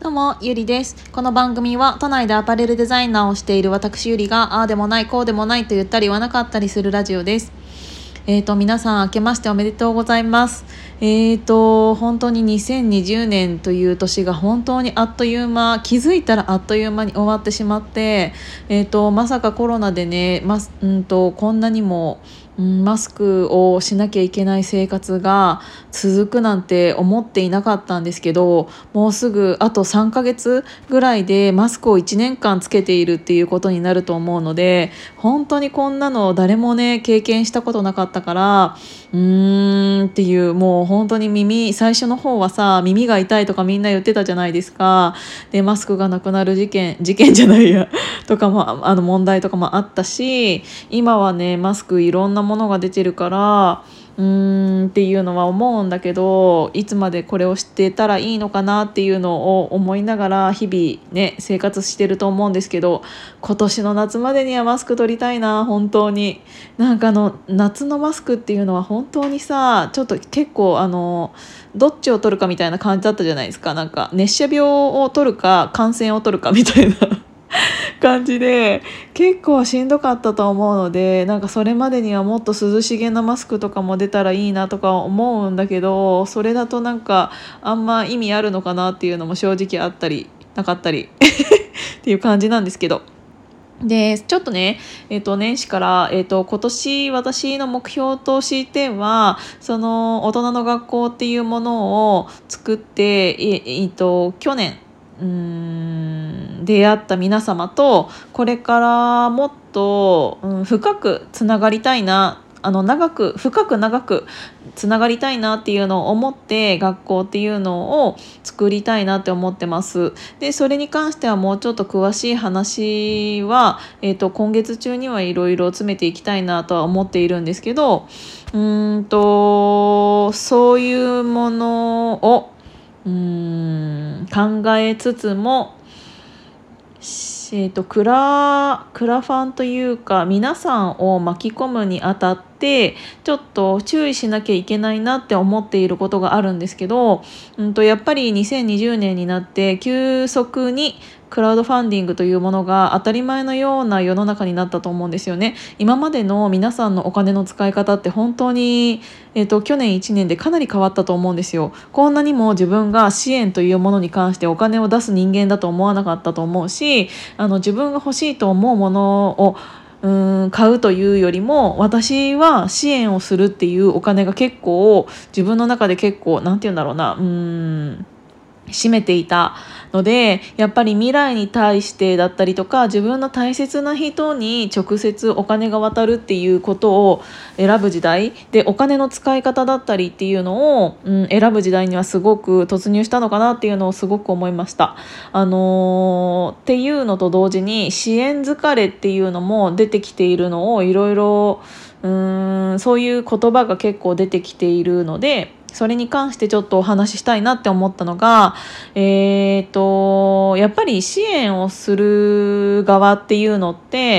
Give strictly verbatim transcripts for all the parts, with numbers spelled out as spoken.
どうも、ゆりです。この番組は都内でアパレルデザイナーをしている私ゆりが、ああでもないこうでもないと言ったり言わなかったりするラジオです。えーと皆さん明けましておめでとうございます。えーと本当ににせんにじゅうねんという年が本当にあっという間、気づいたらあっという間に終わってしまって、えーとまさかコロナでね、まうんとこんなにもうん、マスクをしなきゃいけない生活が続くなんて思っていなかったんですけど、もうすぐあとさんかげつぐらいでマスクをいちねんかんつけているっていうことになると思うので、本当にこんなの誰もね経験したことなかったから、うーんっていう、もう本当に耳最初の方はさ、耳が痛いとかみんな言ってたじゃないですか。でマスクがなくなる事件事件じゃないやとかも、あの問題とかもあったし、今はねマスクいろんなものが出てるから、うーんっていうのは思うんだけど、いつまでこれをしてたらいいのかなっていうのを思いながら日々ね生活してると思うんですけど、今年の夏までにはマスク取りたいな。本当になんかあの夏のマスクっていうのは本当にさ、ちょっと結構あのどっちを取るかみたいな感じだったじゃないですか。なんか熱射病を取るか感染を取るかみたいな感じで結構しんどかったと思うので、なんかそれまでにはもっと涼しげなマスクとかも出たらいいなとか思うんだけど、それだとなんかあんま意味あるのかなっていうのも正直あったりなかったりっていう感じなんですけど、でちょっとね、えー、と年始から、えー、と今年私の目標としては、その大人の学校っていうものを作って、えーと去年うーん出会った皆様とこれからもっと、うん、深くつながりたいな、あの長く深く長くつながりたいなっていうのを思って学校っていうのを作りたいなって思ってます。でそれに関してはもうちょっと詳しい話は、えー、と今月中にはいろいろ詰めていきたいなとは思っているんですけど、うーんとそういうものをうーん考えつつも、えー、とクラクラファンというか皆さんを巻き込むにあたってちょっと注意しなきゃいけないなって思っていることがあるんですけど、うんとやっぱりにせんにじゅうねんになって急速にクラウドファンディングというものが当たり前のような世の中になったと思うんですよね。今までの皆さんのお金の使い方って本当に、えー、と去年いちねんでかなり変わったと思うんですよ。こんなにも自分が支援というものに関してお金を出す人間だと思わなかったと思うし、あの自分が欲しいと思うものをうーん買うというよりも、私は支援をするっていうお金が結構自分の中で結構なんて言うんだろうな、うーん占めていたので、やっぱり未来に対してだったりとか、自分の大切な人に直接お金が渡るっていうことを選ぶ時代で、お金の使い方だったりっていうのを、うん、選ぶ時代にはすごく突入したのかなっていうのをすごく思いました。あのー、っていうのと同時に支援疲れっていうのも出てきているのをいろいろ、うーんそういう言葉が結構出てきているので、それに関してちょっとお話ししたいなって思ったのが、えーと、やっぱり支援をする側っていうのって、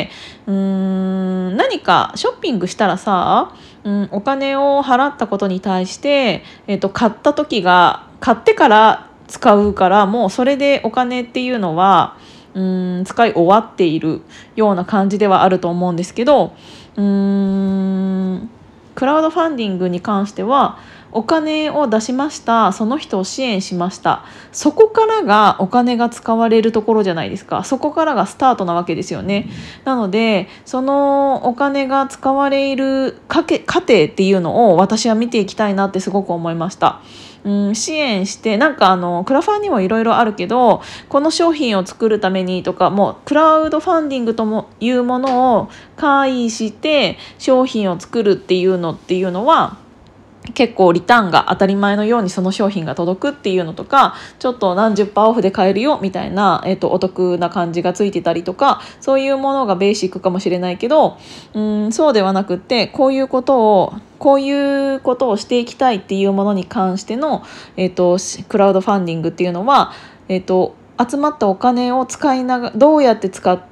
うーん何かショッピングしたらさ、うん、お金を払ったことに対して、えーと、買った時が買ってから使うから、もうそれでお金っていうのはうーん使い終わっているような感じではあると思うんですけど、うーんクラウドファンディングに関してはお金を出しました、その人を支援しました、そこからがお金が使われるところじゃないですか。そこからがスタートなわけですよね。なのでそのお金が使われる過程っていうのを私は見ていきたいなってすごく思いました。うん、支援して、なんかあのクラファンにもいろいろあるけど、この商品を作るためにとか、もうクラウドファンディングともいうものを介して商品を作るっていうのっていうのは結構リターンが当たり前のようにその商品が届くっていうのとか、ちょっと何十パーオフで買えるよみたいな、えーと、お得な感じがついてたりとか、そういうものがベーシックかもしれないけど、うん、そうではなくって、こういうことをこういうことをしていきたいっていうものに関しての、えーと、クラウドファンディングっていうのは、えーと、集まったお金を使いながらどうやって使って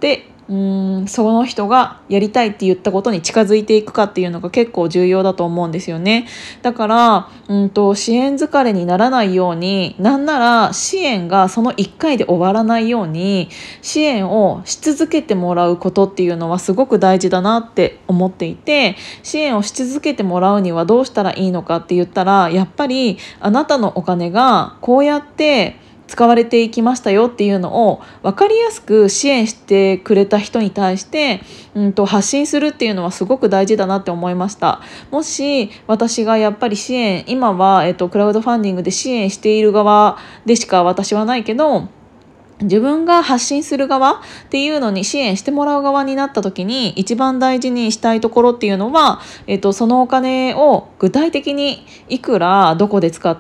うーんその人がやりたいって言ったことに近づいていくかっていうのが結構重要だと思うんですよね。だからうんと支援疲れにならないように、なんなら支援がそのいっかいで終わらないように支援をし続けてもらうことっていうのはすごく大事だなって思っていて、支援をし続けてもらうにはどうしたらいいのかって言ったら、やっぱりあなたのお金がこうやって使われていきましたよっていうのを分かりやすく支援してくれた人に対して、うんと発信するっていうのはすごく大事だなって思いました。もし私がやっぱり支援、今は、えっと、クラウドファンディングで支援している側でしか私はないけど、自分が発信する側っていうのに支援してもらう側になった時に一番大事にしたいところっていうのは、えっと、そのお金を具体的にいくらどこで使って、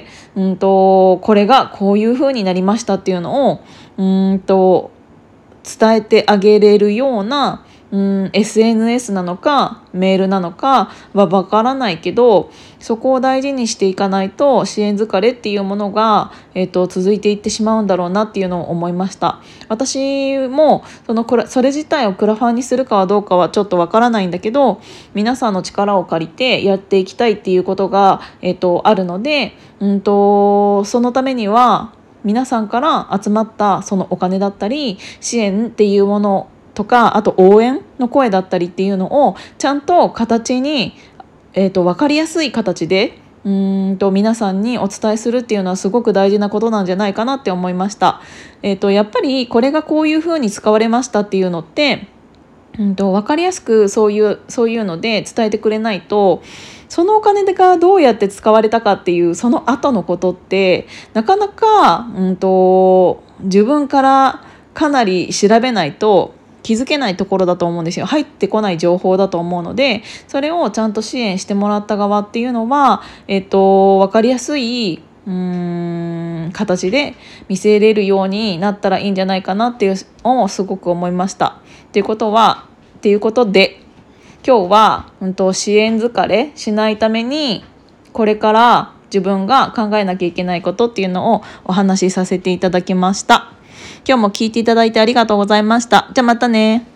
うんとこれがこういう風になりましたっていうのをうんと伝えてあげれるような、うん、エスエヌエス なのかメールなのかはわからないけど、そこを大事にしていかないと支援疲れっていうものが、えーと、続いていってしまうんだろうなっていうのを思いました。私もそのそれ自体をクラファンにするかはどうかはちょっとわからないんだけど、皆さんの力を借りてやっていきたいっていうことが、えーと、あるので、うんと、そのためには皆さんから集まったそのお金だったり支援っていうものとか、あと応援の声だったりっていうのをちゃんと形に、えーと、分かりやすい形でうーんと皆さんにお伝えするっていうのはすごく大事なことなんじゃないかなって思いました。えーと、やっぱりこれがこういうふうに使われましたっていうのってうんと分かりやすくそういうそういうので伝えてくれないと、そのお金がどうやって使われたかっていうその後のことってなかなか、うんと自分からかなり調べないと気づけないところだと思うんですよ。入ってこない情報だと思うので、それをちゃんと支援してもらった側っていうのは、えっと、分かりやすいうーん形で見せれるようになったらいいんじゃないかなっていうのをすごく思いました。ということはっていうことで今日は、うん、と支援疲れしないためにこれから自分が考えなきゃいけないことっていうのをお話しさせていただきました。今日も聞いていただいてありがとうございました。じゃあまたね。